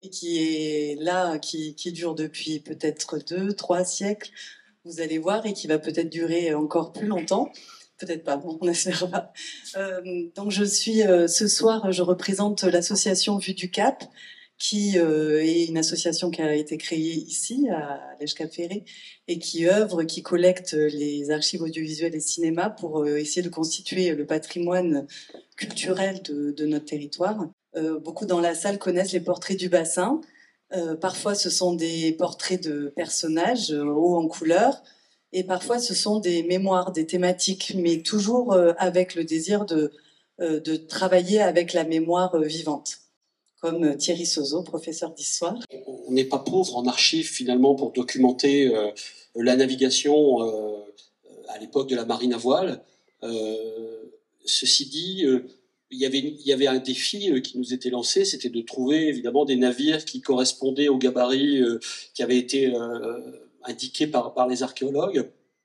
et qui est là, qui dure depuis peut-être 2, 3 siècles, vous allez voir, et qui va peut-être durer encore plus longtemps. Peut-être pas, bon, on espère pas. Donc ce soir, je représente l'association Vue du Cap, qui est une association qui a été créée ici, à l'Èche Cap Ferré, et qui œuvre, qui collecte les archives audiovisuelles et cinéma pour essayer de constituer le patrimoine culturel de notre territoire. Beaucoup dans la salle connaissent les portraits du bassin. Parfois, ce sont des portraits de personnages hauts en couleur, et parfois, ce sont des mémoires, des thématiques, mais toujours avec le désir de travailler avec la mémoire vivante, comme Thierry Sozo, professeur d'histoire. On n'est pas pauvre en archives, finalement, pour documenter la navigation à l'époque de la marine à voile. Ceci dit, il y avait un défi qui nous était lancé, c'était de trouver évidemment des navires qui correspondaient aux gabarits qui avaient été indiqués par les archéologues.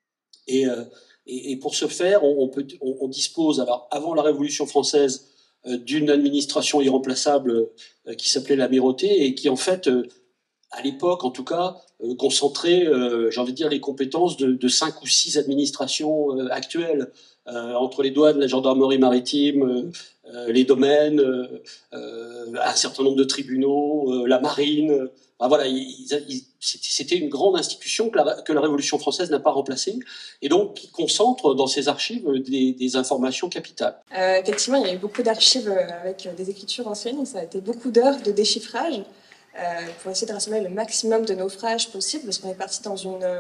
Et pour ce faire, on dispose, alors avant la Révolution française, d'une administration irremplaçable qui s'appelait l'Amirauté et qui en fait, à l'époque en tout cas, concentrait, j'ai envie de dire, les compétences de 5 ou 6 administrations actuelles, entre les douanes, la gendarmerie maritime, les domaines, un certain nombre de tribunaux, la marine. Ben voilà, c'était une grande institution que la Révolution française n'a pas remplacée, et donc qui concentre dans ses archives des informations capitales. Effectivement, il y a eu beaucoup d'archives avec des écritures anciennes, et ça a été beaucoup d'heures de déchiffrage pour essayer de rassembler le maximum de naufrages possible, parce qu'on est parti dans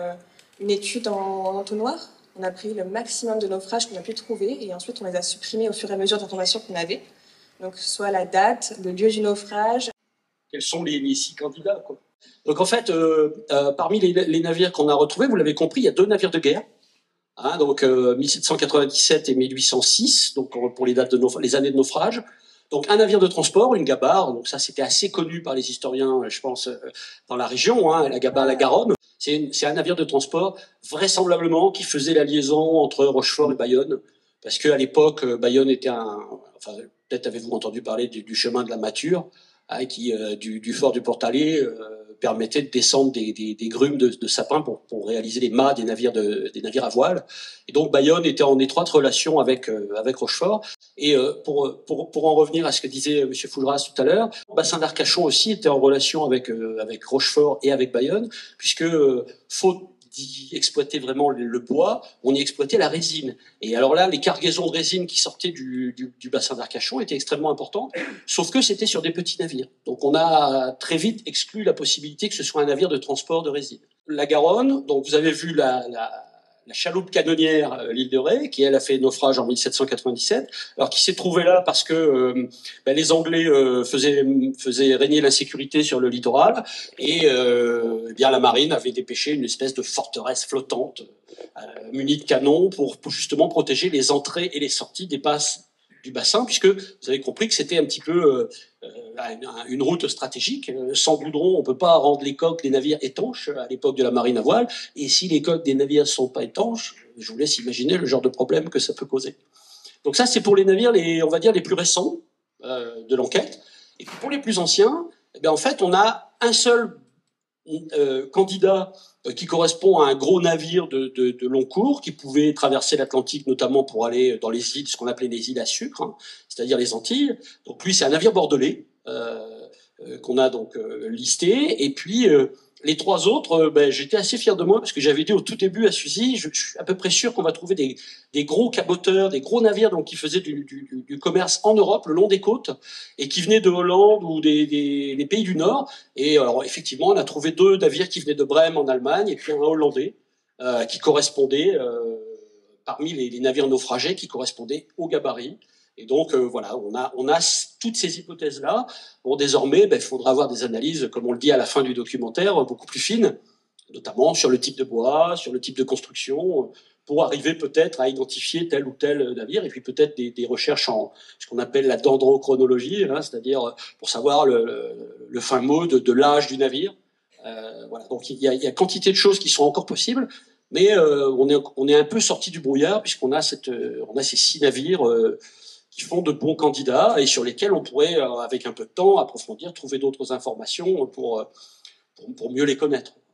une étude en entonnoir. On a pris le maximum de naufrages qu'on a pu trouver, et ensuite on les a supprimés au fur et à mesure d'informations qu'on avait. Donc soit la date, le lieu du naufrage. Quels sont les 6 candidats, quoi. Donc en fait, parmi les navires qu'on a retrouvés, vous l'avez compris, il y a 2 navires de guerre, hein, donc 1797 et 1806, donc pour les dates les années de naufrage. Donc un navire de transport, une gabarre, donc ça c'était assez connu par les historiens, je pense, dans la région, hein, la gabarre, la Garonne. C'est un navire de transport, vraisemblablement, qui faisait la liaison entre Rochefort et Bayonne, parce qu'à l'époque, Bayonne était enfin, peut-être avez-vous entendu parler du chemin de la Mature, hein, qui, du fort du Portalet, permettait de descendre des grumes de sapins pour réaliser les mâts des navires à voile. Et donc Bayonne était en étroite relation avec Rochefort. Et pour en revenir à ce que disait M. Fougeras tout à l'heure, le bassin d'Arcachon aussi était en relation avec Rochefort et avec Bayonne, puisque faute d'y exploiter vraiment le bois, on y exploitait la résine. Et alors là, les cargaisons de résine qui sortaient du bassin d'Arcachon étaient extrêmement importantes, sauf que c'était sur des petits navires. Donc on a très vite exclu la possibilité que ce soit un navire de transport de résine. La Garonne, donc vous avez vu la chaloupe canonnière l'île de Ré, qui elle a fait naufrage en 1797, alors qui s'est trouvée là parce que les Anglais faisaient régner l'insécurité sur le littoral, et bien la marine avait dépêché une espèce de forteresse flottante munie de canons pour justement protéger les entrées et les sorties des passes du bassin, puisque vous avez compris que c'était un petit peu une route stratégique. Sans goudron, on ne peut pas rendre les coques des navires étanches à l'époque de la marine à voile, et si les coques des navires ne sont pas étanches, je vous laisse imaginer le genre de problème que ça peut causer. Donc ça, c'est pour les navires, on va dire, les plus récents de l'enquête. Et puis pour les plus anciens, en fait, on a un seul candidat qui correspond à un gros navire de long cours qui pouvait traverser l'Atlantique, notamment pour aller dans les îles, ce qu'on appelait les îles à sucre, hein, c'est-à-dire les Antilles. Donc lui, c'est un navire bordelais qu'on a donc listé. Et puis les 3 autres, j'étais assez fier de moi parce que j'avais dit au tout début à Suzy, je suis à peu près sûr qu'on va trouver des gros caboteurs, des gros navires donc qui faisaient du commerce en Europe, le long des côtes, et qui venaient de Hollande ou des pays du Nord. Et alors effectivement, on a trouvé 2 navires qui venaient de Brême en Allemagne et puis un hollandais qui correspondait parmi les navires naufragés qui correspondaient au gabarit. Et donc voilà, on a toutes ces hypothèses-là. Bon, désormais, il faudra avoir des analyses, comme on le dit à la fin du documentaire, beaucoup plus fines, notamment sur le type de bois, sur le type de construction, pour arriver peut-être à identifier tel ou tel navire, et puis peut-être des recherches en ce qu'on appelle la dendrochronologie, hein, c'est-à-dire pour savoir le fin mot de l'âge du navire. Voilà. Donc il y a quantité de choses qui sont encore possibles, mais on est un peu sorti du brouillard puisqu'on a ces 6 navires qui font de bons candidats et sur lesquels on pourrait, avec un peu de temps, approfondir, trouver d'autres informations pour mieux les connaître.